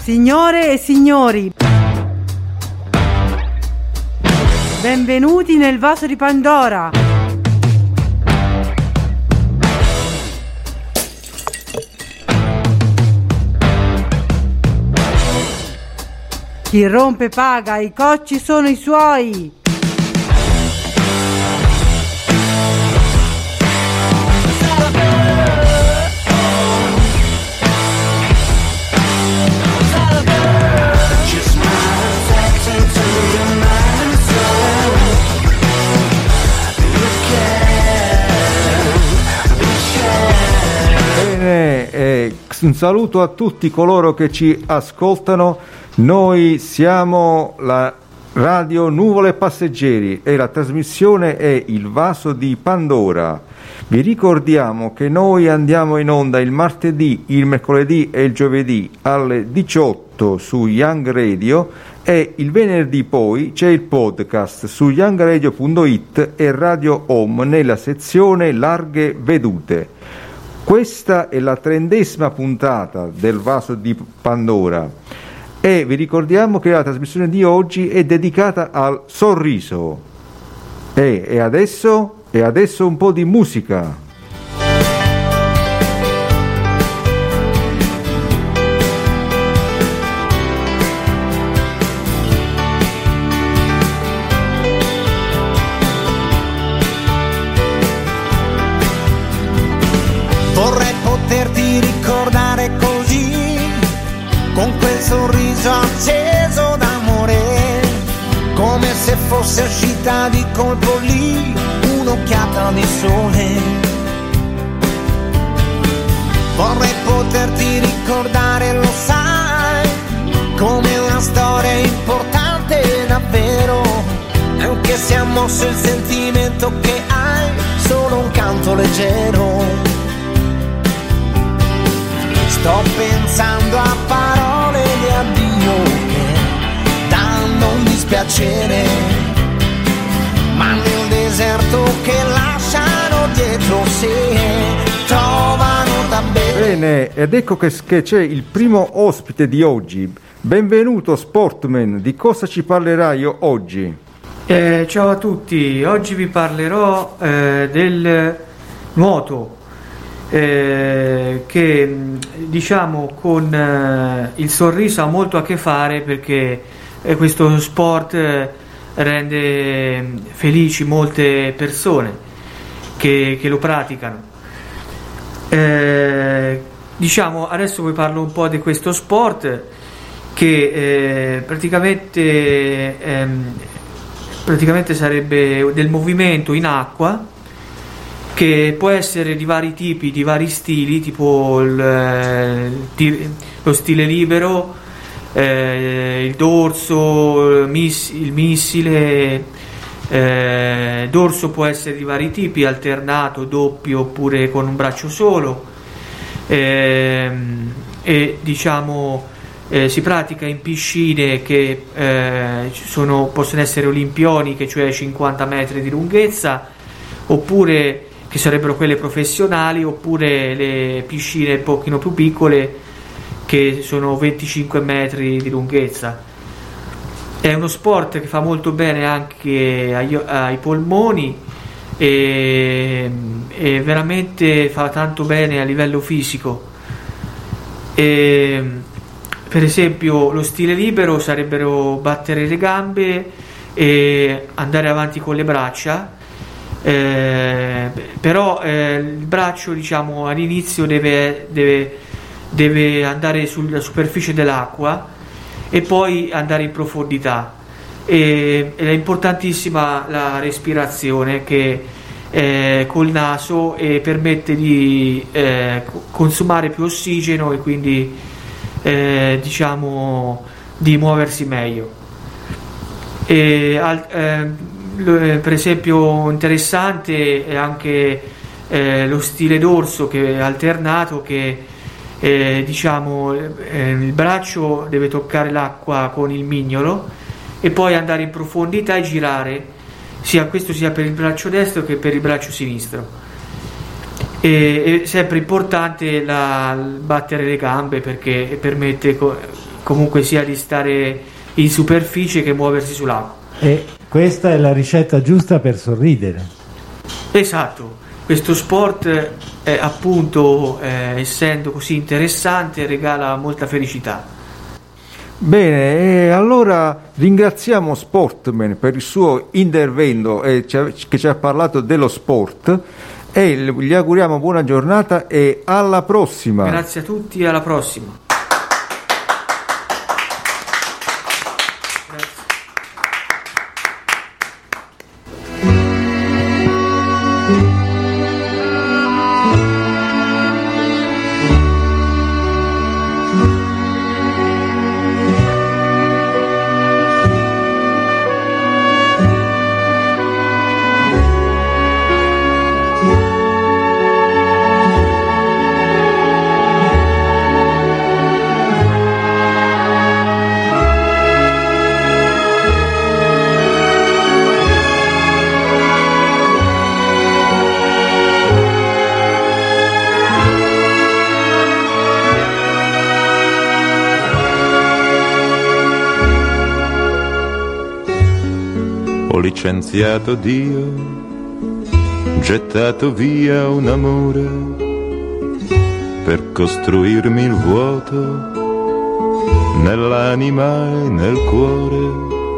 Signore e signori, benvenuti nel vaso di Pandora. Chi rompe paga, i cocci sono i suoi. Un saluto a tutti coloro che ci ascoltano. Noi siamo la radio Nuvole Passeggeri e la trasmissione è Il Vaso di Pandora. Vi ricordiamo che noi andiamo in onda il martedì, il mercoledì e il giovedì alle 18 su Young Radio e il venerdì poi c'è il podcast su youngradio.it e Radio Home nella sezione Larghe Vedute. Questa è la 30ª puntata del Vaso di Pandora e vi ricordiamo che la trasmissione di oggi è dedicata al sorriso. E adesso un po' di musica. Vorrei poterti ricordare così, con quel sorriso acceso d'amore, come se fosse uscita di colpo lì un'occhiata di sole. Vorrei poterti ricordare, lo sai, come una storia importante davvero, anche se ha mosso il sentimento che hai, solo un canto leggero. Sto pensando a parole di addio che danno un dispiacere, ma nel deserto che lasciano dietro sé trovano da bere. Bene, ed ecco che c'è il primo ospite di oggi. Benvenuto Sportman, di cosa ci parlerai oggi? Ciao a tutti, oggi vi parlerò del nuoto. Che diciamo con il sorriso ha molto a che fare, perché questo sport rende felici molte persone che lo praticano. Diciamo, adesso vi parlo un po' di questo sport che praticamente sarebbe del movimento in acqua, che può essere di vari tipi, di vari stili, tipo lo stile libero, il dorso, il missile. Dorso può essere di vari tipi, alternato, doppio oppure con un braccio solo, e diciamo si pratica in piscine che possono essere olimpioniche, cioè 50 metri di lunghezza, oppure che sarebbero quelle professionali, oppure le piscine un pochino più piccole che sono 25 metri di lunghezza. È uno sport che fa molto bene anche ai polmoni e veramente fa tanto bene a livello fisico. Per esempio lo stile libero sarebbero battere le gambe e andare avanti con le braccia. Però il braccio, diciamo, all'inizio deve andare sulla superficie dell'acqua e poi andare in profondità, ed è importantissima la respirazione che col naso permette di consumare più ossigeno e quindi diciamo di muoversi meglio. Per esempio interessante è anche lo stile dorso, che è alternato, che diciamo il braccio deve toccare l'acqua con il mignolo e poi andare in profondità e girare, questo sia per il braccio destro che per il braccio sinistro. è sempre importante battere le gambe, perché permette comunque sia di stare in superficie che muoversi sull'acqua. E questa è la ricetta giusta per sorridere. Esatto, questo sport appunto essendo così interessante regala molta felicità. Bene, e allora ringraziamo Sportman per il suo intervento che ci ha parlato dello sport, e gli auguriamo buona giornata e alla prossima. Grazie a tutti e alla prossima. Licenziato Dio, gettato via un amore per costruirmi il vuoto nell'anima e nel cuore.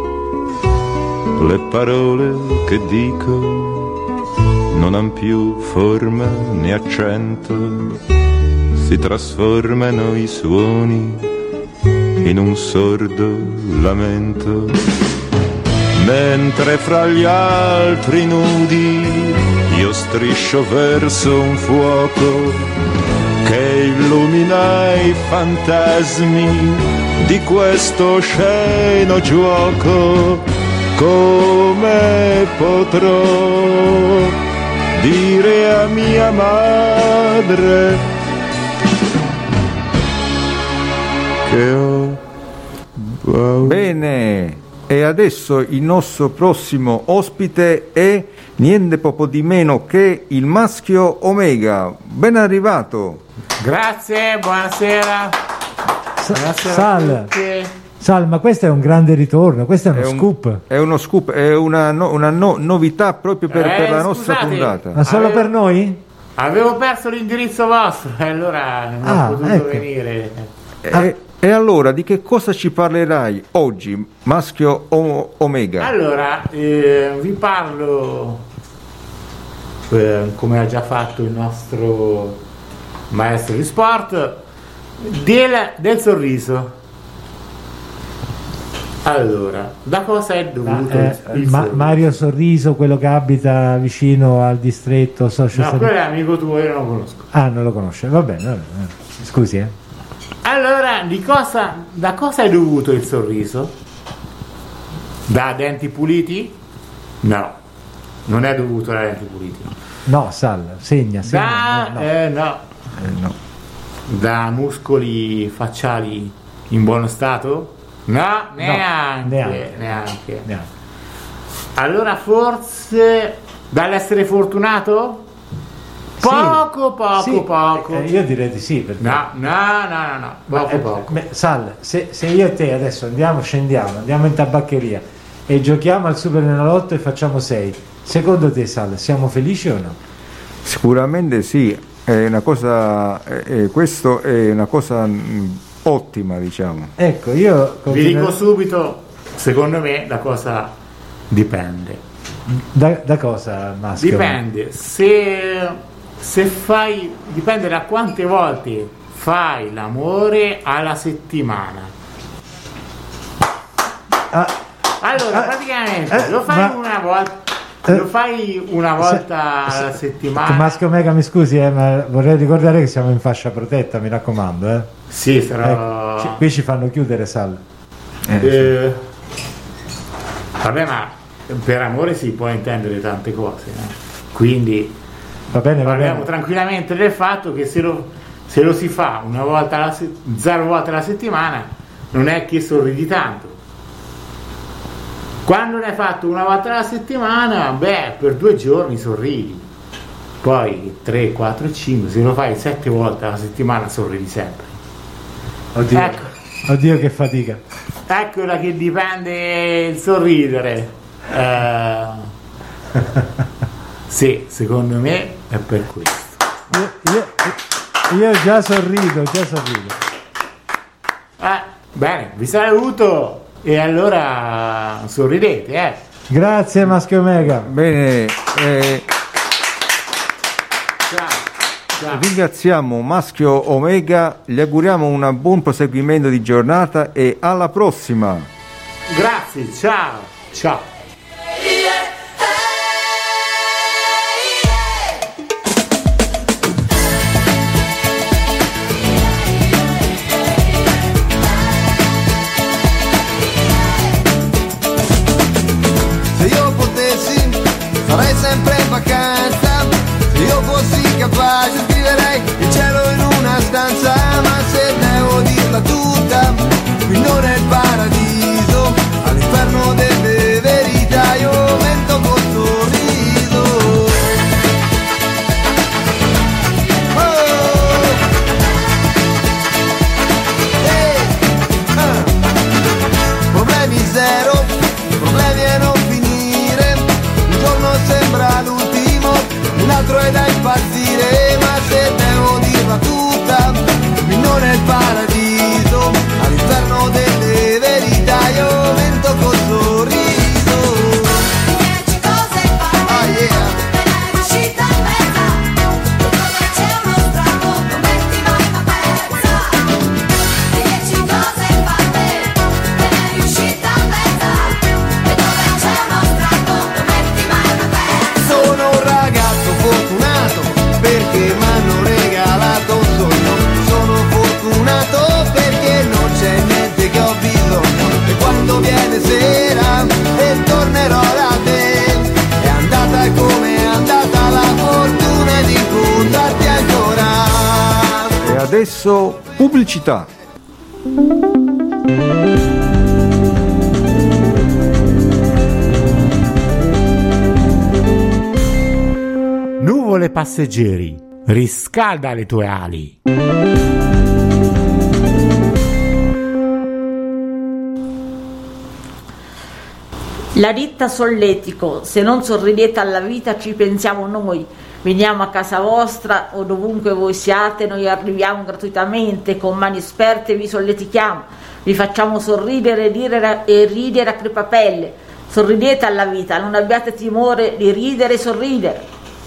Le parole che dico non han più forma né accento, si trasformano i suoni in un sordo lamento. Mentre fra gli altri nudi io striscio verso un fuoco che illumina i fantasmi di questo osceno gioco, come potrò dire a mia madre che ho paura? Bene. E adesso il nostro prossimo ospite è niente poco di meno che il Maschio Omega. Ben arrivato. Grazie, buonasera. Sal, ma questo è un grande ritorno, questo è uno scoop. È uno scoop, è una novità proprio per la nostra puntata. Ma solo per noi? Avevo perso l'indirizzo vostro e allora non ho potuto venire. E allora di che cosa ci parlerai oggi, Maschio Omega? Allora, vi parlo, come ha già fatto il nostro maestro di sport, del sorriso. Allora, da cosa è dovuto il sorriso? Mario Sorriso, quello che abita vicino al distretto socio. No, quello è amico tuo, io non lo conosco. Ah, non lo conosce, va bene. Scusi, Allora, da cosa è dovuto il sorriso? Da denti puliti? No, non è dovuto da denti puliti. No, Sal, segna. No. Da muscoli facciali in buono stato? No, neanche. Allora forse dall'essere fortunato? Poco. Io direi di sì. Perché... No. Poco. Sal, se io e te adesso scendiamo, andiamo in tabaccheria e giochiamo al Super Enalotto e facciamo 6, secondo te, Sal, siamo felici o no? Sicuramente sì, è una cosa, questo è una cosa ottima, diciamo. Ecco, io vi dico subito, secondo me da cosa dipende. Da cosa, Maschio? Dipende, dipende da quante volte fai l'amore alla settimana. Allora, praticamente lo fai una volta. Lo fai una volta alla settimana. Maschio Omega, mi scusi, ma vorrei ricordare che siamo in fascia protetta, mi raccomando. Sì, sarà. Qui ci fanno chiudere, Sal. Vabbè, ma per amore si può intendere tante cose, quindi va bene. Parliamo tranquillamente del fatto che se lo si fa una volta 0 volte alla settimana non è che sorridi tanto. Quando l'hai fatto una volta alla settimana, per 2 giorni sorridi. poi 3, 4, 5, se lo fai 7 volte alla settimana sorridi sempre. Oddio, Ecco. oddio che fatica. Ecco da che dipende il sorridere. Sì, secondo me è per questo. Io già sorrido. Bene, vi saluto e allora sorridete, Grazie Maschio Omega. Bene, Ciao. ringraziamo Maschio Omega, gli auguriamo un buon proseguimento di giornata e alla prossima. Grazie, ciao. Se io potessi farei sempre vacanza, se io fossi capace scriverei il cielo in una stanza, ma se devo dirla tutta, qui non è il paradiso, all'inferno delle verità io mento col sorriso. Problemi zero, problemi a non finire, un giorno sembra l'ultimo, un altro è da impazzire, ma se devo dirla tutta, qui non è il paradiso, all'inferno delle verità io mento col sorriso. 10 cose fatte, Oh yeah. te ne è riuscita mezza, dove c'è uno strappo non metti mai una pezza. 10 cose fatte, te ne è riuscita mezza, e dove c'è uno strappo non metti mai una pezza. Sono un ragazzo fortunato perché mi hanno regalato un sogno. Sono fortunato perché non c'è niente che ho bisogno. E quando viene sera e tornerò da te, è andata come è andata la fortuna di incontrarti ancora. E adesso pubblicità. Nuvole passeggeri, riscalda le tue ali. La ditta Solletico, se non sorridete alla vita ci pensiamo noi, veniamo a casa vostra o dovunque voi siate, noi arriviamo gratuitamente, con mani esperte vi solletichiamo, vi facciamo sorridere e ridere a crepapelle, sorridete alla vita, non abbiate timore di ridere e sorridere.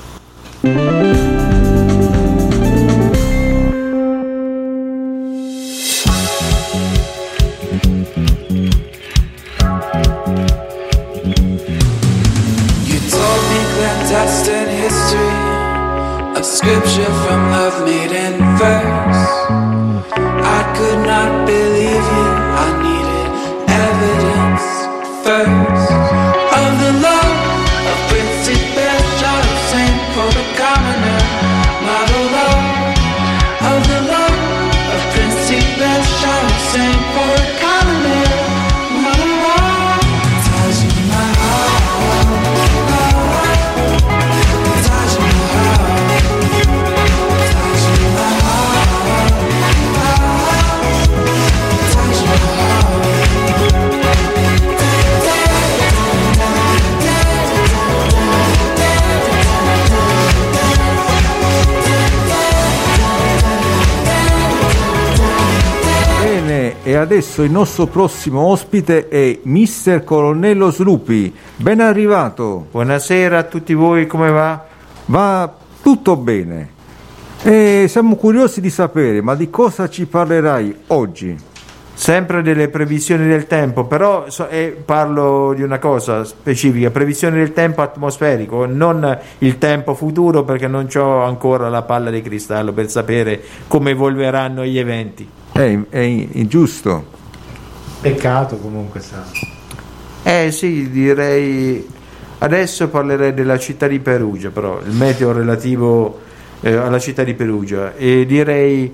You told me clandestine history of scripture from love made in verse. I could not believe you, I needed evidence first of the love of Princey Bishop, Saint for the commoner, model love of the love of Princey Bishop, Saint for the commoner, model love. Ties in my heart, ties in my heart, ties in my heart, ties in my heart. Bene, e adesso il nostro prossimo ospite è Mister Colonnello Slupi. Ben arrivato. Buonasera a tutti voi, come va? Va tutto bene. E siamo curiosi di sapere, ma di cosa ci parlerai oggi? Sempre delle previsioni del tempo, però parlo di una cosa specifica, previsioni del tempo atmosferico, non il tempo futuro, perché non ho ancora la palla di cristallo per sapere come evolveranno gli eventi. È giusto. Peccato comunque, sa. Sì, direi. Adesso parlerei della città di Perugia, però il meteo relativo alla città di Perugia, e direi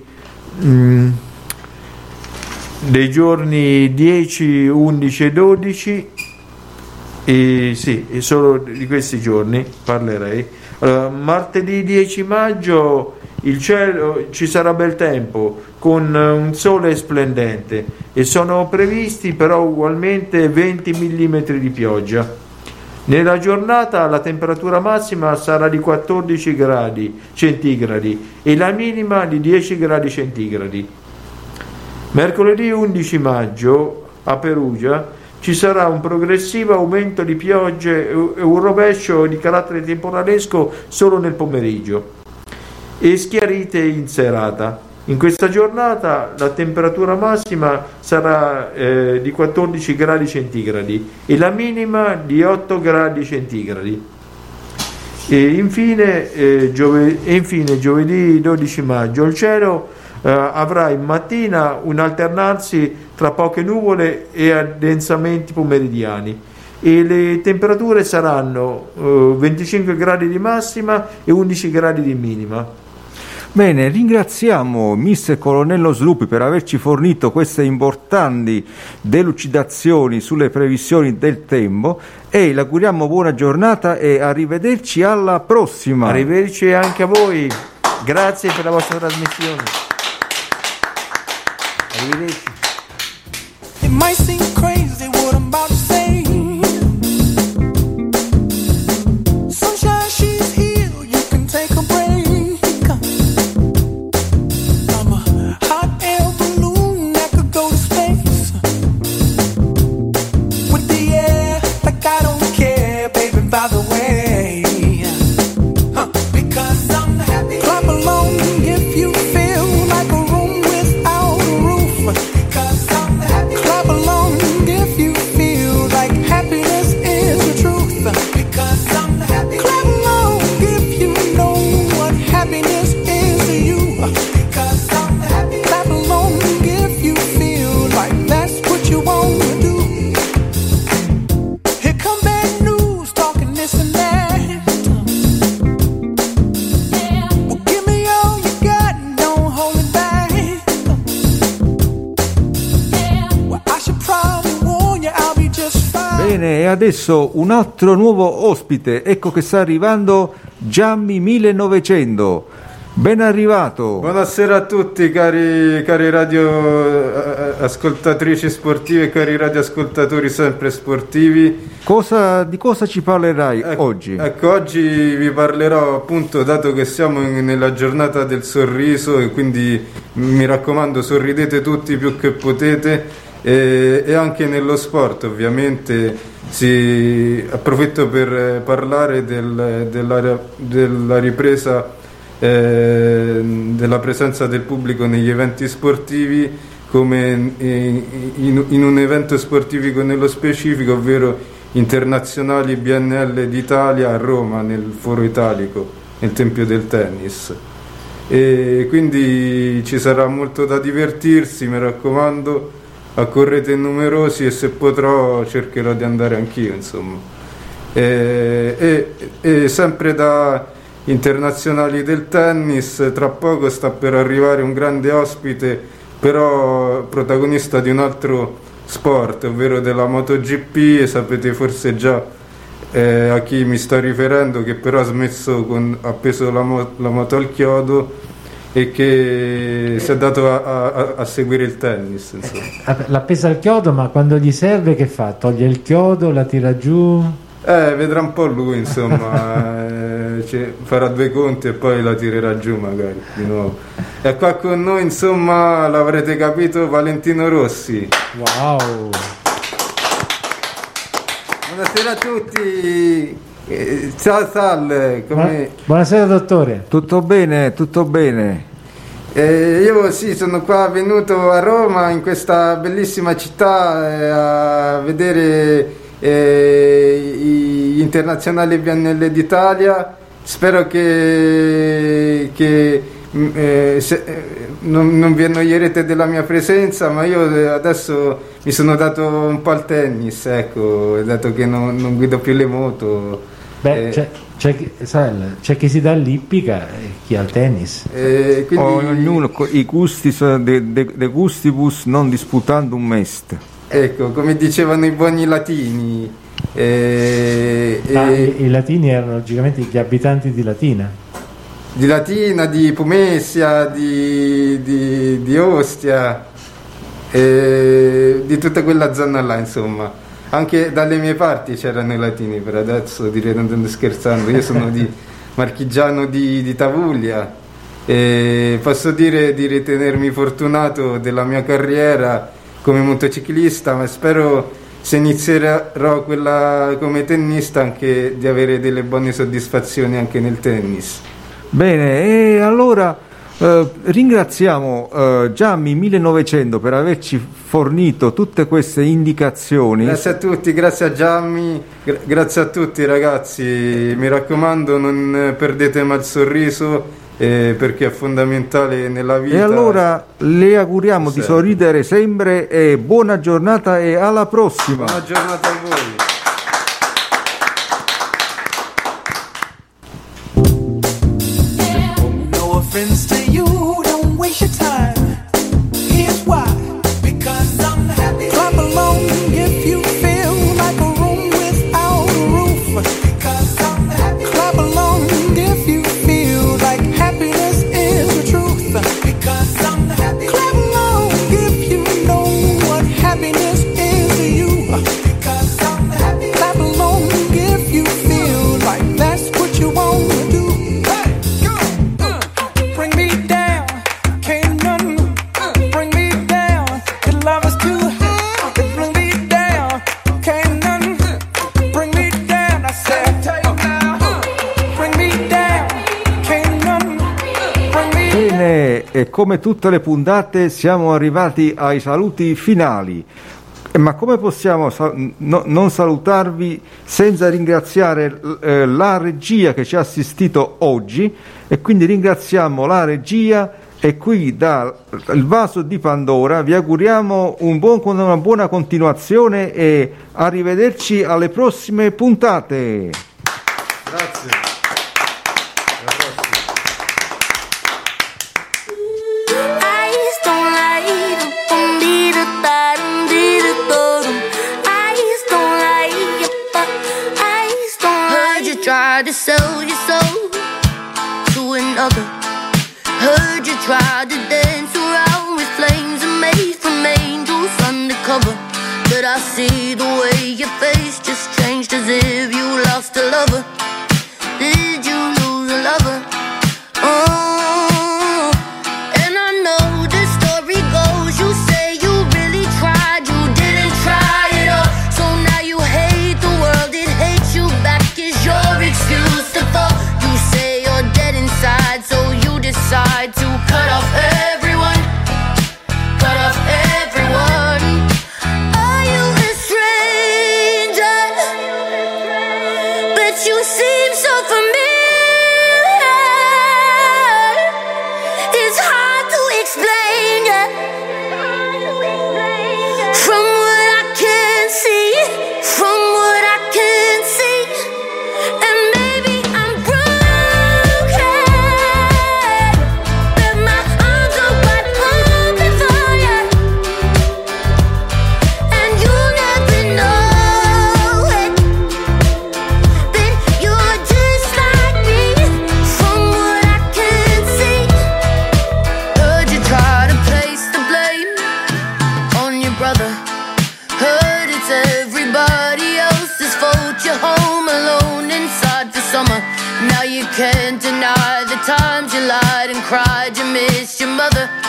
dei giorni 10, 11 e 12, e sì, e solo di questi giorni parlerei. Martedì 10 maggio il cielo ci sarà bel tempo con un sole splendente e sono previsti però ugualmente 20 mm di pioggia. Nella giornata la temperatura massima sarà di 14 gradi centigradi e la minima di 10 gradi centigradi. Mercoledì 11 maggio a Perugia ci sarà un progressivo aumento di piogge e un rovescio di carattere temporalesco solo nel pomeriggio e schiarite in serata. In questa giornata la temperatura massima sarà di 14 gradi centigradi e la minima di 8 gradi centigradi. E infine giovedì 12 maggio il cielo avrà in mattina un alternarsi tra poche nuvole e addensamenti pomeridiani e le temperature saranno 25 gradi di massima e 11 gradi di minima. Bene, ringraziamo Mister Colonnello Sluppi per averci fornito queste importanti delucidazioni sulle previsioni del tempo e le auguriamo buona giornata e arrivederci alla prossima. Arrivederci anche a voi, grazie per la vostra trasmissione. Arrivederci. It might seem crazy what I'm about to say. Sunshine, she's here, you can take a break. I'm a hot air balloon that could go to space. With the air, like I don't care, baby, by the way. Because I'm happy. Clap along if you feel like a room without a roof. Because I'm happy. Clap along if you feel like happiness is the truth. Because I'm happy. Clap along if you know what happiness is to you. Because I'm happy. Clap along if you feel like that's what you want to do. Here come bad news talking this and that. Well, give me all you got and don't hold it back. Well, I should probably warn you, I'll be just fine. Bene, e adesso un altro nuovo ospite, ecco che sta arrivando Giammi 1900. Ben arrivato. Buonasera a tutti cari radio ascoltatrici sportive e cari radioascoltatori sempre sportivi. Di cosa ci parlerai oggi? Ecco, oggi vi parlerò appunto, dato che siamo nella giornata del sorriso e quindi mi raccomando sorridete tutti più che potete e anche nello sport ovviamente approfitto per parlare della ripresa della presenza del pubblico negli eventi sportivi come in un evento sportivo nello specifico, ovvero internazionali BNL d'Italia a Roma nel Foro Italico, nel Tempio del Tennis, e quindi ci sarà molto da divertirsi, mi raccomando, accorrete numerosi e se potrò cercherò di andare anch'io, insomma. E sempre da internazionali del tennis, tra poco sta per arrivare un grande ospite, però protagonista di un altro sport, ovvero della MotoGP, e sapete forse già a chi mi sto riferendo, che però ha smesso appeso la moto al chiodo e che si è dato a seguire il tennis, insomma. L'ha appesa al chiodo, ma quando gli serve che fa? Toglie il chiodo, la tira giù? Vedrà un po' lui, insomma, farà due conti e poi la tirerà giù magari di nuovo. E qua con noi, insomma, l'avrete capito, Valentino Rossi. Wow! Buonasera a tutti. Ciao Sal, come... Buonasera dottore. Tutto bene, tutto bene. Io sì, sono qua venuto a Roma, in questa bellissima città, a vedere gli internazionali BNL d'Italia. Spero che non vi annoierete della mia presenza, ma io adesso mi sono dato un po' al tennis, ecco, dato che non guido più le moto. Beh, c'è chi si dà all'ippica e chi al tennis. Quindi... Ognuno i gusti de gustibus non disputandum est. Ecco, come dicevano i buoni latini. I latini erano logicamente gli abitanti di Latina. Di Latina, di Pomessia, di Ostia, di tutta quella zona là, insomma. Anche dalle mie parti c'erano i latini, per adesso direi, non scherzando, io sono di marchigiano di Tavuglia e posso dire di ritenermi fortunato della mia carriera come motociclista, ma spero, se inizierò quella come tennista, anche di avere delle buone soddisfazioni anche nel tennis. Bene, e allora ringraziamo Giammi 1900 per averci fornito tutte queste indicazioni. Grazie a tutti, grazie a Giammi, grazie a tutti ragazzi, mi raccomando non perdete mai il sorriso perché è fondamentale nella vita. E allora le auguriamo di sorridere sempre e buona giornata e alla prossima. Buona giornata a voi. No offense to you, don't waste your time. Here's why. Because I'm happy. Clap along if you feel like a room without a roof. Because I'm happy. Clap along if you feel like happiness is the truth. Because I'm happy. Clap along if you know what happiness is to you. Because I'm happy. Clap along if you feel like that's what you want to do. Bring me down, can't none bring me down. The love is too high. Bring me down, can't none bring me down. I said, bring me down, can't none bring me down. Bene, e come tutte le puntate siamo arrivati ai saluti finali. Ma come possiamo non salutarvi senza ringraziare la regia che ci ha assistito oggi, e quindi ringraziamo la regia, e qui dal Vaso di Pandora vi auguriamo una buona continuazione e arrivederci alle prossime puntate. Grazie. Tried to sell your soul to another. Heard you tried to dance around with flames and made from angels undercover. But I see the way your face just changed, as if you lost a lover. Did you lose a lover? Oh, and I know the story goes, you say you really tried, you didn't try at all. So now you hate the world, it hates you back, is your excuse to fall. You say you're dead inside, so you decide to cut off everyone. Cut off everyone. Are you a stranger? But you seem so familiar. It's hard to explain, yeah. From what I can see, from what I can see. And maybe I'm broken, but my arms are wide open for you. And you'll never know it, but you're just like me, from what I can see. Heard you try to place the blame on your brother. Heard it's everybody else's fault. You're home alone inside for summer. Now you can't deny the times you lied and cried. You missed your mother.